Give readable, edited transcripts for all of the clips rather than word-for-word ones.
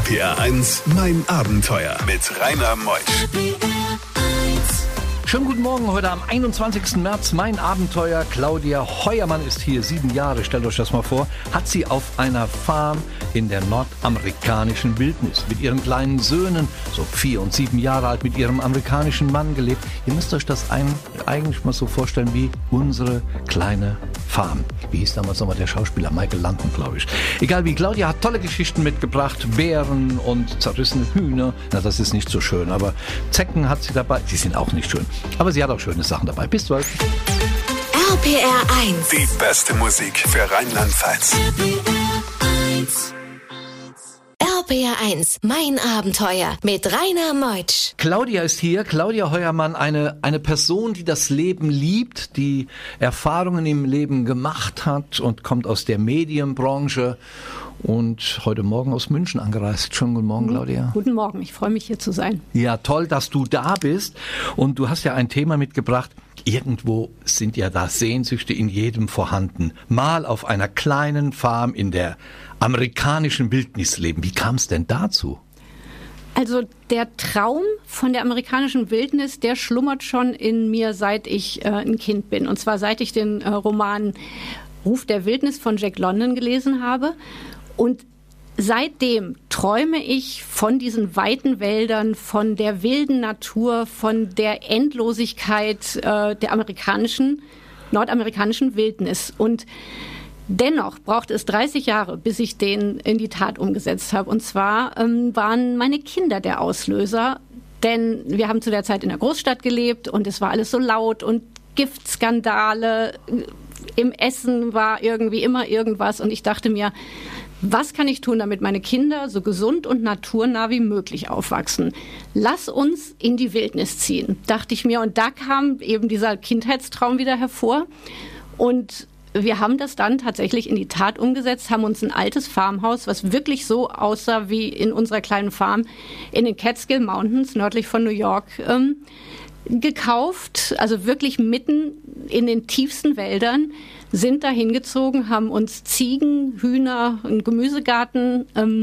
RPR 1, mein Abenteuer mit Rainer Meusch. Schönen guten Morgen, heute am 21. März, mein Abenteuer. Claudia Heuermann ist hier, 7 Jahre, stellt euch das mal vor, hat sie auf einer Farm in der nordamerikanischen Wildnis mit ihren kleinen Söhnen, so 4 und 7 Jahre alt, mit ihrem amerikanischen Mann gelebt. Ihr müsst euch das eigentlich mal so vorstellen wie unsere kleine Farm. Wie hieß damals nochmal der Schauspieler? Michael Landon, glaube ich. Egal wie, Claudia hat tolle Geschichten mitgebracht, Bären und zerrissene Hühner. Na, das ist nicht so schön, aber Zecken hat sie dabei. Die sind auch nicht schön. Aber sie hat auch schöne Sachen dabei. Bis 12. RPR 1. Die beste Musik für Rheinland-Pfalz. RPR 1, mein Abenteuer mit Rainer Meutsch. Claudia ist hier, Claudia Heuermann, eine Person, die das Leben liebt, die Erfahrungen im Leben gemacht hat und kommt aus der Medienbranche und heute Morgen aus München angereist. Schönen guten Morgen, Claudia. Guten Morgen, ich freue mich hier zu sein. Ja, toll, dass du da bist und du hast ja ein Thema mitgebracht. Irgendwo sind ja da Sehnsüchte in jedem vorhanden. Mal auf einer kleinen Farm in der amerikanischen Wildnis leben. Wie kam es denn dazu? Also der Traum von der amerikanischen Wildnis, der schlummert schon in mir, seit ich ein Kind bin. Und zwar seit ich den Roman Ruf der Wildnis von Jack London gelesen habe. Und seitdem träume ich von diesen weiten Wäldern, von der wilden Natur, von der Endlosigkeit der nordamerikanischen Wildnis. Und dennoch brauchte es 30 Jahre, bis ich den in die Tat umgesetzt habe. Und zwar waren meine Kinder der Auslöser, denn wir haben zu der Zeit in der Großstadt gelebt und es war alles so laut und Giftskandale. Im Essen war irgendwie immer irgendwas und ich dachte mir, was kann ich tun, damit meine Kinder so gesund und naturnah wie möglich aufwachsen? Lass uns in die Wildnis ziehen, dachte ich mir. Und da kam eben dieser Kindheitstraum wieder hervor. Und wir haben das dann tatsächlich in die Tat umgesetzt, haben uns ein altes Farmhaus, was wirklich so aussah wie in unserer kleinen Farm in den Catskill Mountains, nördlich von New York, gekauft, also wirklich mitten in den tiefsten Wäldern, sind da hingezogen, haben uns Ziegen, Hühner, einen Gemüsegarten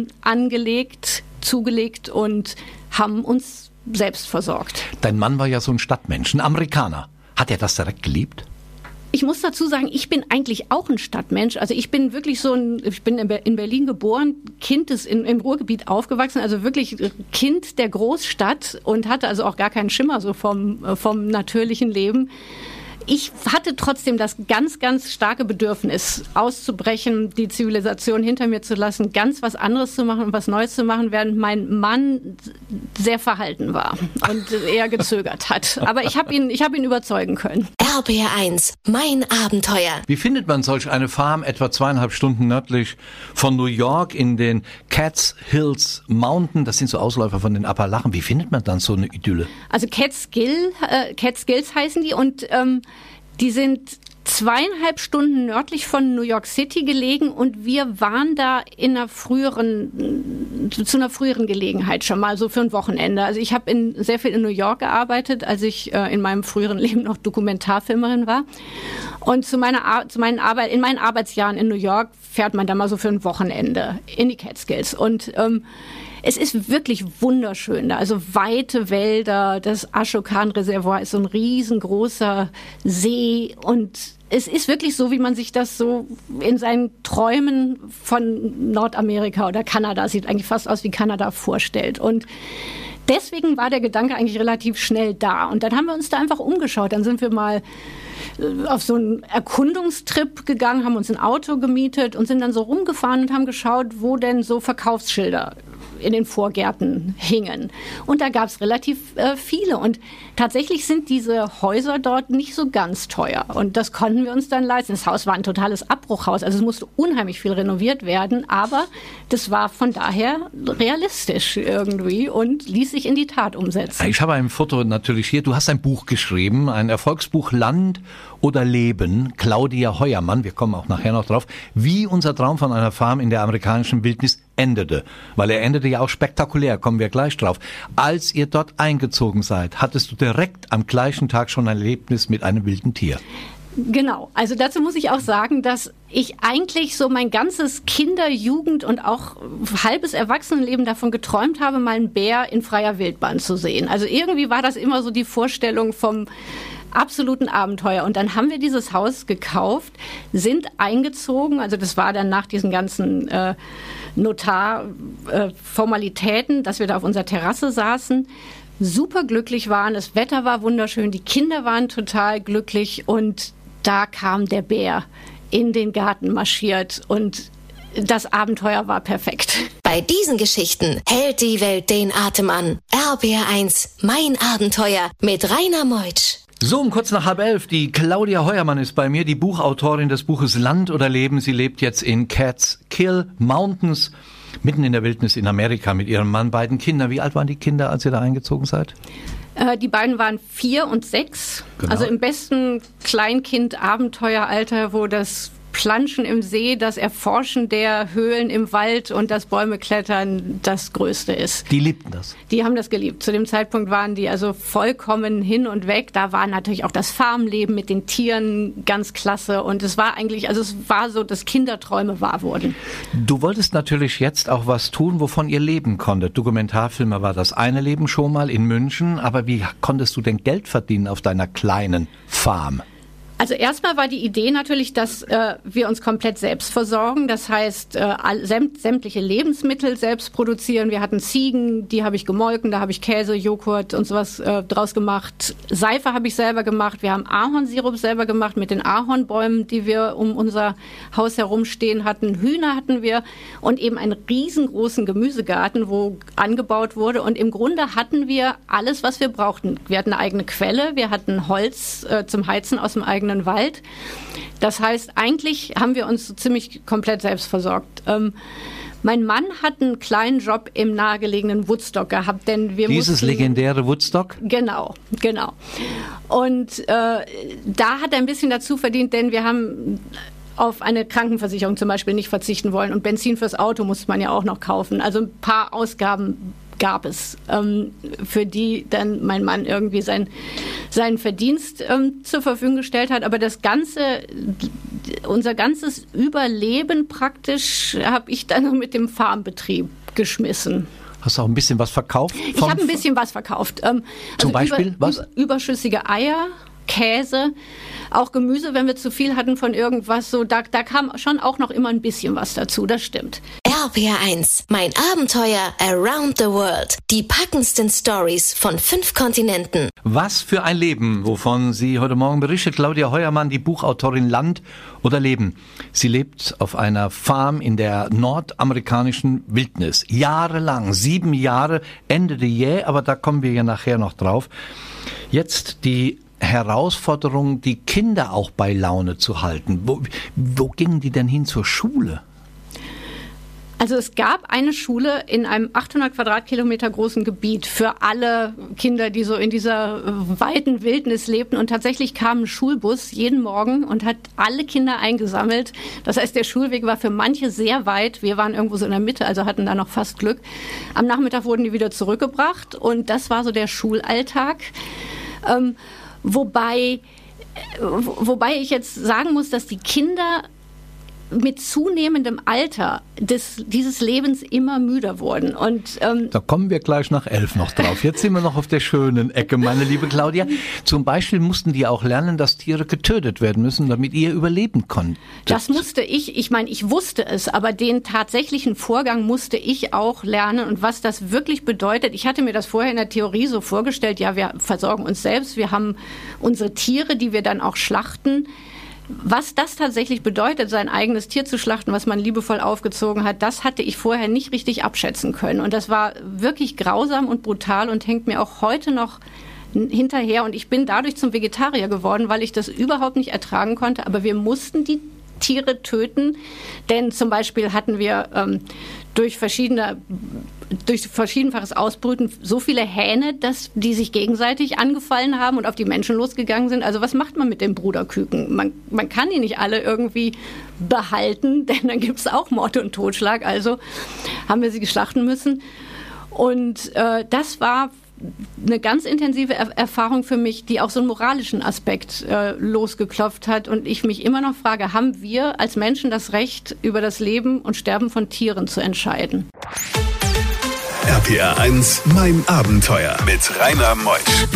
zugelegt und haben uns selbst versorgt. Dein Mann war ja so ein Stadtmensch, ein Amerikaner. Hat er das direkt geliebt? Ich muss dazu sagen, ich bin eigentlich auch ein Stadtmensch. Also ich bin wirklich ich bin in Berlin geboren, im Ruhrgebiet aufgewachsen, also wirklich Kind der Großstadt und hatte also auch gar keinen Schimmer so vom natürlichen Leben. Ich hatte trotzdem das ganz, ganz starke Bedürfnis, auszubrechen, die Zivilisation hinter mir zu lassen, ganz was anderes zu machen und was Neues zu machen, während mein Mann sehr verhalten war und eher gezögert hat. Aber ich habe ihn überzeugen können. RPR 1, mein Abenteuer. Wie findet man solch eine Farm etwa 2,5 Stunden nördlich von New York in den Catskills Mountain? Das sind so Ausläufer von den Appalachen. Wie findet man dann so eine Idylle? Also Catskills heißen die und die sind 2,5 Stunden nördlich von New York City gelegen und wir waren da zu einer früheren Gelegenheit schon mal, so für ein Wochenende. Also ich habe sehr viel in New York gearbeitet, als ich in meinem früheren Leben noch Dokumentarfilmerin war. Und in meinen Arbeitsjahren in New York fährt man da mal so für ein Wochenende in die Catskills. Und es ist wirklich wunderschön da, also weite Wälder, das Ashokan-Reservoir ist so ein riesengroßer See und es ist wirklich so, wie man sich das so in seinen Träumen von Nordamerika oder Kanada, sieht eigentlich fast aus wie Kanada, vorstellt. Und deswegen war der Gedanke eigentlich relativ schnell da. Und dann haben wir uns da einfach umgeschaut. Dann sind wir mal auf so einen Erkundungstrip gegangen, haben uns ein Auto gemietet und sind dann so rumgefahren und haben geschaut, wo denn so Verkaufsschilder in den Vorgärten hingen. Und da gab es relativ viele. Und tatsächlich sind diese Häuser dort nicht so ganz teuer. Und das konnten wir uns dann leisten. Das Haus war ein totales Abbruchhaus. Also es musste unheimlich viel renoviert werden. Aber das war von daher realistisch irgendwie und ließ sich in die Tat umsetzen. Ich habe ein Foto natürlich hier. Du hast ein Buch geschrieben, ein Erfolgsbuch Land oder Leben, Claudia Heuermann, wir kommen auch nachher noch drauf, wie unser Traum von einer Farm in der amerikanischen Wildnis endete. Weil er endete ja auch spektakulär, kommen wir gleich drauf. Als ihr dort eingezogen seid, hattest du direkt am gleichen Tag schon ein Erlebnis mit einem wilden Tier. Genau, also dazu muss ich auch sagen, dass ich eigentlich so mein ganzes Kinder-, Jugend- und auch halbes Erwachsenenleben davon geträumt habe, mal einen Bär in freier Wildbahn zu sehen. Also irgendwie war das immer so die Vorstellung vom absoluten Abenteuer. Und dann haben wir dieses Haus gekauft, sind eingezogen, also das war dann nach diesen ganzen Notarformalitäten, dass wir da auf unserer Terrasse saßen, super glücklich waren, das Wetter war wunderschön, die Kinder waren total glücklich und da kam der Bär in den Garten marschiert und das Abenteuer war perfekt. Bei diesen Geschichten hält die Welt den Atem an. RBR1, mein Abenteuer mit Rainer Meutsch. So, um kurz nach 10:30, die Claudia Heuermann ist bei mir, die Buchautorin des Buches Land oder Leben. Sie lebt jetzt in Catskill Mountains, mitten in der Wildnis in Amerika mit ihrem Mann, beiden Kindern. Wie alt waren die Kinder, als ihr da eingezogen seid? Die beiden waren 4 und 6, Genau. Also im besten Kleinkind-Abenteueralter, wo das Planschen im See, das Erforschen der Höhlen im Wald und das Bäumeklettern das Größte ist. Die liebten das. Die haben das geliebt. Zu dem Zeitpunkt waren die also vollkommen hin und weg. Da war natürlich auch das Farmleben mit den Tieren ganz klasse. Und es war eigentlich, also es war so, dass Kinderträume wahr wurden. Du wolltest natürlich jetzt auch was tun, wovon ihr leben konntet. Dokumentarfilme war das eine Leben schon mal in München. Aber wie konntest du denn Geld verdienen auf deiner kleinen Farm? Also erstmal war die Idee natürlich, dass wir uns komplett selbst versorgen. Das heißt, sämtliche Lebensmittel selbst produzieren. Wir hatten Ziegen, die habe ich gemolken, da habe ich Käse, Joghurt und sowas draus gemacht. Seife habe ich selber gemacht. Wir haben Ahornsirup selber gemacht mit den Ahornbäumen, die wir um unser Haus herumstehen hatten. Hühner hatten wir und eben einen riesengroßen Gemüsegarten, wo angebaut wurde. Und im Grunde hatten wir alles, was wir brauchten. Wir hatten eine eigene Quelle, wir hatten Holz zum Heizen aus dem eigenen Wald. Das heißt, eigentlich haben wir uns so ziemlich komplett selbst versorgt. Mein Mann hat einen kleinen Job im nahegelegenen Woodstock gehabt, denn wir Dieses legendäre Woodstock? Genau. Und da hat er ein bisschen dazu verdient, denn wir haben auf eine Krankenversicherung zum Beispiel nicht verzichten wollen und Benzin fürs Auto musste man ja auch noch kaufen. Also ein paar Ausgaben gab es, für die dann mein Mann irgendwie seinen Verdienst zur Verfügung gestellt hat. Aber unser ganzes Überleben praktisch habe ich dann mit dem Farmbetrieb geschmissen. Hast du auch ein bisschen was verkauft? Ich habe ein bisschen was verkauft. Zum Beispiel was? Überschüssige Eier, Käse, auch Gemüse, wenn wir zu viel hatten von irgendwas. So, da kam schon auch noch immer ein bisschen was dazu, das stimmt. RBR1, mein Abenteuer around the world. Die packendsten Stories von 5 Kontinenten. Was für ein Leben, wovon sie heute Morgen berichtet. Claudia Heuermann, die Buchautorin Land oder Leben. Sie lebt auf einer Farm in der nordamerikanischen Wildnis. Jahrelang, 7 Jahre, endete jäh, aber da kommen wir ja nachher noch drauf. Jetzt die Herausforderung, die Kinder auch bei Laune zu halten. Wo gingen die denn hin zur Schule? Also es gab eine Schule in einem 800 Quadratkilometer großen Gebiet für alle Kinder, die so in dieser weiten Wildnis lebten. Und tatsächlich kam ein Schulbus jeden Morgen und hat alle Kinder eingesammelt. Das heißt, der Schulweg war für manche sehr weit. Wir waren irgendwo so in der Mitte, also hatten da noch fast Glück. Am Nachmittag wurden die wieder zurückgebracht und das war so der Schulalltag. Wobei ich jetzt sagen muss, dass die Kinder mit zunehmendem Alter dieses Lebens immer müder wurden. Und da kommen wir gleich nach 11 noch drauf. Jetzt sind wir noch auf der schönen Ecke, meine liebe Claudia. Zum Beispiel mussten die auch lernen, dass Tiere getötet werden müssen, damit ihr überleben konntet. Das musste ich. Ich meine, ich wusste es, aber den tatsächlichen Vorgang musste ich auch lernen. Und was das wirklich bedeutet, ich hatte mir das vorher in der Theorie so vorgestellt, ja, wir versorgen uns selbst, wir haben unsere Tiere, die wir dann auch schlachten. Was das tatsächlich bedeutet, sein eigenes Tier zu schlachten, was man liebevoll aufgezogen hat, das hatte ich vorher nicht richtig abschätzen können. Und das war wirklich grausam und brutal und hängt mir auch heute noch hinterher. Und ich bin dadurch zum Vegetarier geworden, weil ich das überhaupt nicht ertragen konnte. Aber wir mussten die Tiere töten, denn zum Beispiel hatten wir durch verschiedenfaches Ausbrüten so viele Hähne, dass die sich gegenseitig angefallen haben und auf die Menschen losgegangen sind. Also was macht man mit den Bruderküken? Man kann die nicht alle irgendwie behalten, denn dann gibt es auch Mord und Totschlag. Also haben wir sie schlachten müssen. Und das war eine ganz intensive Erfahrung für mich, die auch so einen moralischen Aspekt losgeklopft hat. Und ich mich immer noch frage, haben wir als Menschen das Recht, über das Leben und Sterben von Tieren zu entscheiden? RPR 1, mein Abenteuer mit Rainer Meusch.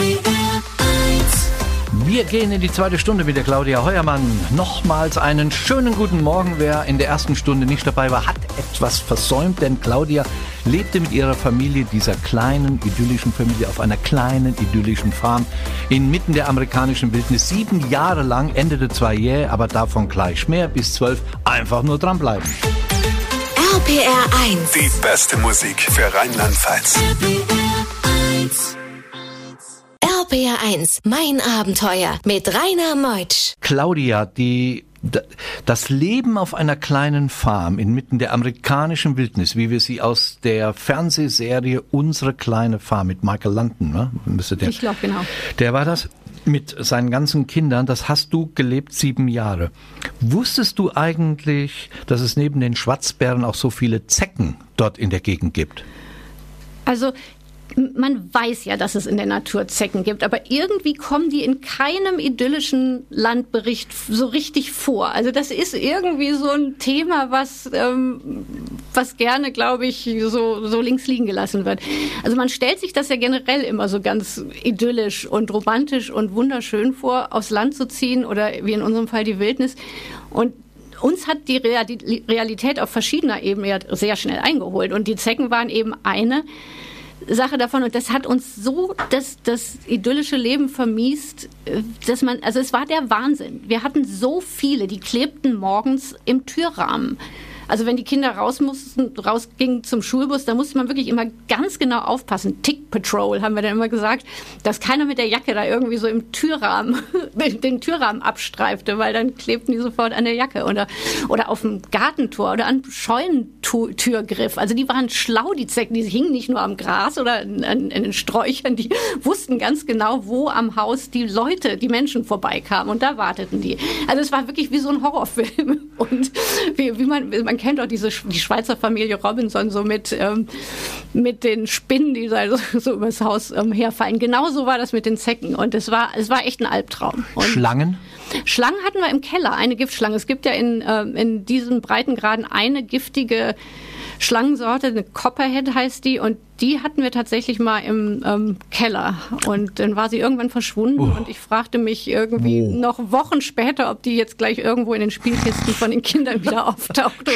Wir gehen in die zweite Stunde mit der Claudia Heuermann. Nochmals einen schönen guten Morgen. Wer in der ersten Stunde nicht dabei war, hat etwas versäumt, denn Claudia lebte mit ihrer Familie, dieser kleinen, idyllischen Familie, auf einer kleinen, idyllischen Farm inmitten der amerikanischen Wildnis. 7 Jahre lang, endete zwar jäh, aber davon gleich mehr, bis 12. Einfach nur dranbleiben. RPR 1. Die beste Musik für Rheinland-Pfalz. RPR 1, mein Abenteuer mit Rainer Meutsch. Claudia, das Leben auf einer kleinen Farm inmitten der amerikanischen Wildnis, wie wir sie aus der Fernsehserie Unsere kleine Farm mit Michael Landon, ne? Ich glaube, genau. Der war das mit seinen ganzen Kindern, das hast du gelebt 7 Jahre. Wusstest du eigentlich, dass es neben den Schwarzbären auch so viele Zecken dort in der Gegend gibt? Also man weiß ja, dass es in der Natur Zecken gibt, aber irgendwie kommen die in keinem idyllischen Landbericht so richtig vor. Also das ist irgendwie so ein Thema, was gerne, glaube ich, so links liegen gelassen wird. Also man stellt sich das ja generell immer so ganz idyllisch und romantisch und wunderschön vor, aufs Land zu ziehen oder wie in unserem Fall die Wildnis. Und uns hat die Realität auf verschiedener Ebene sehr schnell eingeholt. Und die Zecken waren eben eine Sache davon, und das hat uns so das idyllische Leben vermiest, dass also es war der Wahnsinn. Wir hatten so viele, die klebten morgens im Türrahmen. Also wenn die Kinder rausgingen zum Schulbus, da musste man wirklich immer ganz genau aufpassen. Tick Patrol haben wir dann immer gesagt, dass keiner mit der Jacke da irgendwie so im Türrahmen, den Türrahmen abstreifte, weil dann klebten die sofort an der Jacke oder auf dem Gartentor oder an Scheunentürgriff. Also die waren schlau, die Zecken, die hingen nicht nur am Gras oder an den Sträuchern, die wussten ganz genau, wo am Haus die Menschen vorbeikamen, und da warteten die. Also es war wirklich wie so ein Horrorfilm, und wie man kennt auch die Schweizer Familie Robinson so mit den Spinnen, die da so übers Haus herfallen. Genauso war das mit den Zecken, und es war echt ein Albtraum. Und Schlangen? Schlangen hatten wir im Keller, eine Giftschlange. Es gibt ja in diesen Breitengraden eine giftige Schlangensorte, eine Copperhead heißt die, und die hatten wir tatsächlich mal im Keller, und dann war sie irgendwann verschwunden, und ich fragte mich irgendwie noch Wochen später, ob die jetzt gleich irgendwo in den Spielkisten von den Kindern wieder auftaucht.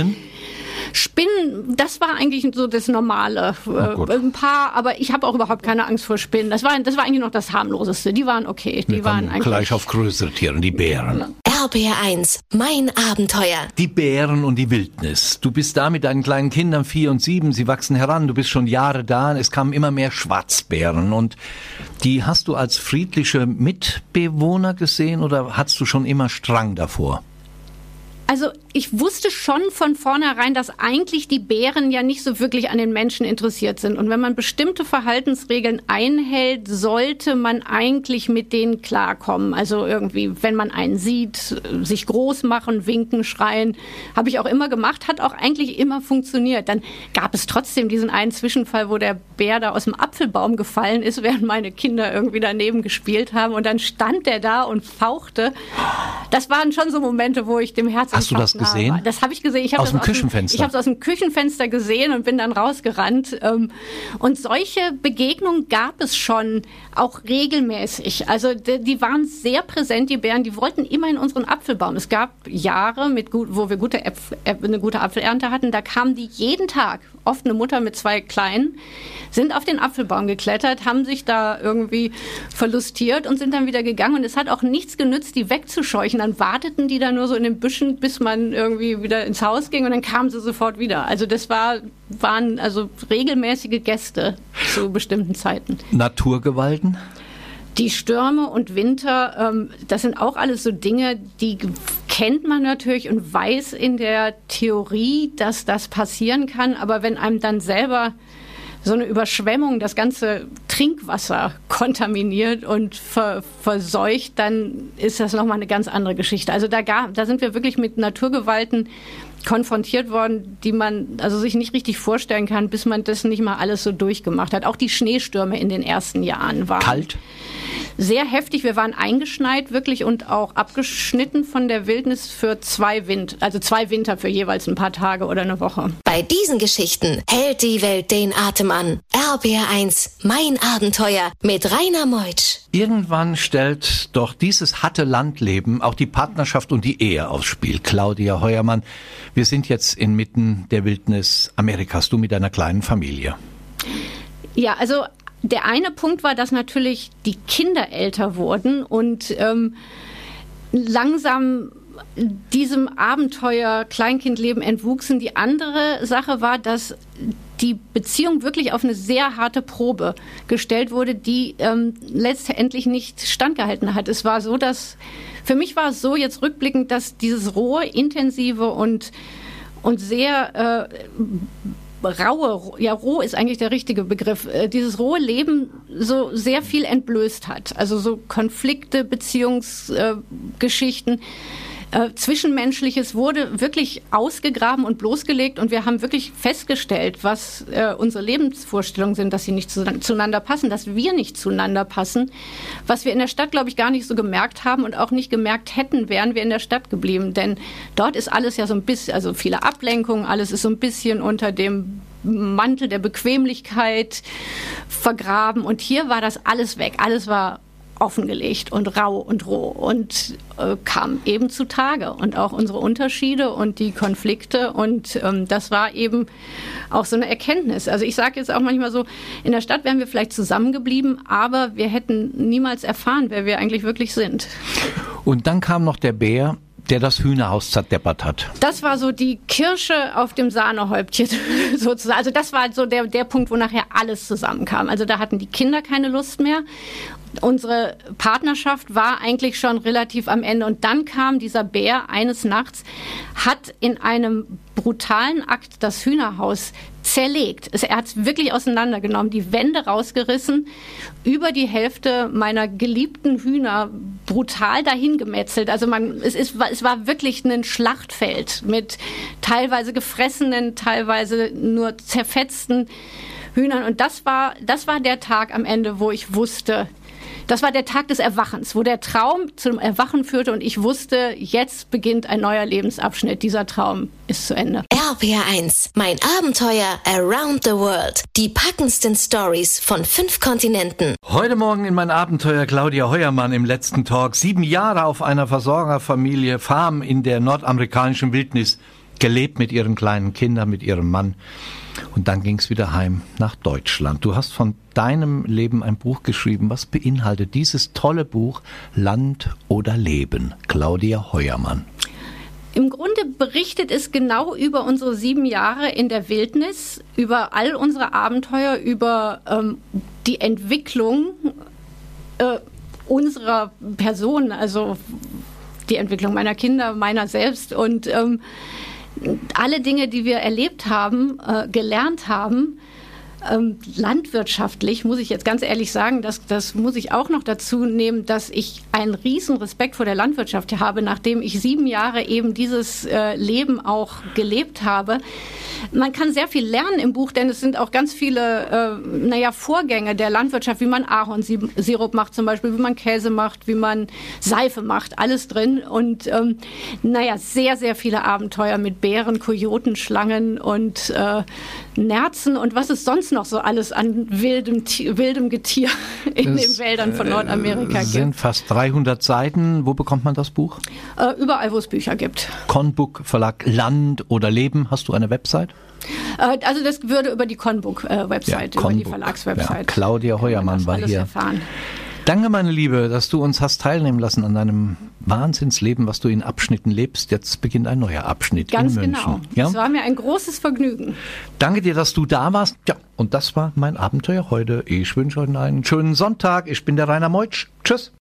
Spinnen, das war eigentlich so das Normale. Ein paar, aber ich habe auch überhaupt keine Angst vor Spinnen. Das war eigentlich noch das Harmloseste. Die waren okay. Die waren eigentlich gleich auf größere Tiere, die Bären. RPR 1, mein Abenteuer. Die Bären und die Wildnis. Du bist da mit deinen kleinen Kindern, 4 und 7. Sie wachsen heran. Du bist schon Jahre da. Es kamen immer mehr Schwarzbären. Und die hast du als friedliche Mitbewohner gesehen, oder hattest du schon immer Strang davor? Also ich wusste schon von vornherein, dass eigentlich die Bären ja nicht so wirklich an den Menschen interessiert sind. Und wenn man bestimmte Verhaltensregeln einhält, sollte man eigentlich mit denen klarkommen. Also irgendwie, wenn man einen sieht, sich groß machen, winken, schreien, habe ich auch immer gemacht, hat auch eigentlich immer funktioniert. Dann gab es trotzdem diesen einen Zwischenfall, wo der Bär da aus dem Apfelbaum gefallen ist, während meine Kinder irgendwie daneben gespielt haben. Und dann stand der da und fauchte. Das waren schon so Momente, wo ich dem Herzen... Hast du das gesehen? Das habe ich gesehen. Aus dem Küchenfenster? Ich habe es aus dem Küchenfenster gesehen und bin dann rausgerannt. Und solche Begegnungen gab es schon auch regelmäßig. Also die waren sehr präsent, die Bären. Die wollten immer in unseren Apfelbaum. Es gab Jahre, wo wir eine gute Apfelernte hatten. Da kamen die jeden Tag, oft eine Mutter mit 2 Kleinen, sind auf den Apfelbaum geklettert, haben sich da irgendwie verlustiert und sind dann wieder gegangen. Und es hat auch nichts genützt, die wegzuscheuchen. Dann warteten die da nur so in den Büschen, bis man irgendwie wieder ins Haus ging, und dann kamen sie sofort wieder. Also das waren also regelmäßige Gäste zu bestimmten Zeiten. Naturgewalten? Die Stürme und Winter, das sind auch alles so Dinge, die kennt man natürlich und weiß in der Theorie, dass das passieren kann. Aber wenn einem dann selber so eine Überschwemmung das ganze Trinkwasser kontaminiert und verseucht, dann ist das nochmal eine ganz andere Geschichte. Also da sind wir wirklich mit Naturgewalten konfrontiert worden, die man also sich nicht richtig vorstellen kann, bis man das nicht mal alles so durchgemacht hat. Auch die Schneestürme in den ersten Jahren waren kalt, sehr heftig. Wir waren eingeschneit wirklich und auch abgeschnitten von der Wildnis für zwei Winter für jeweils ein paar Tage oder eine Woche. Bei diesen Geschichten hält die Welt den Atem an. RBR1, mein Abenteuer mit Rainer Meutsch. Irgendwann stellt doch dieses harte Landleben auch die Partnerschaft und die Ehe aufs Spiel. Claudia Heuermann, wir sind jetzt inmitten der Wildnis Amerikas, du mit deiner kleinen Familie. Ja, also der eine Punkt war, dass natürlich die Kinder älter wurden und langsam diesem Abenteuer Kleinkindleben entwuchsen. Die andere Sache war, dass die Beziehung wirklich auf eine sehr harte Probe gestellt wurde, die letztendlich nicht standgehalten hat. Es war so, für mich war es so jetzt rückblickend, dass dieses rohe, intensive und sehr roh ist eigentlich der richtige Begriff, dieses rohe Leben so sehr viel entblößt hat. Also so Konflikte, Beziehungsgeschichten, Zwischenmenschliches wurde wirklich ausgegraben und bloßgelegt und wir haben wirklich festgestellt, was unsere Lebensvorstellungen sind, dass sie nicht zueinander passen, dass wir nicht zueinander passen, was wir in der Stadt, glaube ich, gar nicht so gemerkt haben und auch nicht gemerkt hätten, wären wir in der Stadt geblieben. Denn dort ist alles ja so ein bisschen, also viele Ablenkungen, alles ist so ein bisschen unter dem Mantel der Bequemlichkeit vergraben und hier war das alles weg, alles war offengelegt und rau und roh und kam eben zutage und auch unsere Unterschiede und die Konflikte und das war eben auch so eine Erkenntnis. Also ich sage jetzt auch manchmal so, in der Stadt wären wir vielleicht zusammengeblieben, aber wir hätten niemals erfahren, wer wir eigentlich wirklich sind. Und dann kam noch der Bär, der das Hühnerhaus zerdeppert hat. Das war so die Kirsche auf dem Sahnehäubchen sozusagen. Also das war so der Punkt, wo nachher alles zusammenkam. Also da hatten die Kinder keine Lust mehr. Unsere Partnerschaft war eigentlich schon relativ am Ende. Und dann kam dieser Bär eines Nachts, hat in einem brutalen Akt das Hühnerhaus zerlegt. Er hat es wirklich auseinandergenommen, die Wände rausgerissen, über die Hälfte meiner geliebten Hühner brutal dahingemetzelt. Also es war wirklich ein Schlachtfeld mit teilweise gefressenen, teilweise nur zerfetzten Hühnern. Und das war der Tag am Ende, wo ich wusste, das war der Tag des Erwachens, wo der Traum zum Erwachen führte und ich wusste, jetzt beginnt ein neuer Lebensabschnitt. Dieser Traum ist zu Ende. RBR1, mein Abenteuer around the world. Die packendsten Stories von 5 Kontinenten. Heute Morgen in mein Abenteuer Claudia Heuermann im letzten Talk. 7 Jahre auf einer Versorgerfamilie, Farm in der nordamerikanischen Wildnis, gelebt mit ihren kleinen Kindern, mit ihrem Mann. Und dann ging es wieder heim nach Deutschland. Du hast von deinem Leben ein Buch geschrieben. Was beinhaltet dieses tolle Buch Land oder Leben? Claudia Heuermann. Im Grunde berichtet es genau über unsere 7 Jahre in der Wildnis, über all unsere Abenteuer, über die Entwicklung unserer Person, also die Entwicklung meiner Kinder, meiner selbst und alle Dinge, die wir erlebt haben, gelernt haben. Landwirtschaftlich muss ich jetzt ganz ehrlich sagen, das muss ich auch noch dazu nehmen, dass ich einen riesen Respekt vor der Landwirtschaft habe, nachdem ich 7 Jahre eben dieses Leben auch gelebt habe. Man kann sehr viel lernen im Buch, denn es sind auch ganz viele Vorgänge der Landwirtschaft, wie man Ahornsirup macht zum Beispiel, wie man Käse macht, wie man Seife macht, alles drin. Und sehr, sehr viele Abenteuer mit Bären, Kojoten, Schlangen und Nerzen und was es sonst noch so alles an wildem Getier in den Wäldern von Nordamerika gibt. Es sind fast 300 Seiten. Wo bekommt man das Buch? Überall, wo es Bücher gibt. Conbook Verlag Land oder Leben. Hast du eine Website? Also das würde über die Conbook-Website, über die Verlagswebsite. Ja, Claudia Heuermann war hier. Erfahren. Danke, meine Liebe, dass du uns hast teilnehmen lassen an deinem Wahnsinnsleben, was du in Abschnitten lebst. Jetzt beginnt ein neuer Abschnitt in München. Ganz genau. Ja? Es war mir ein großes Vergnügen. Danke dir, dass du da warst. Ja, und das war mein Abenteuer heute. Ich wünsche euch einen schönen Sonntag. Ich bin der Rainer Meutsch. Tschüss.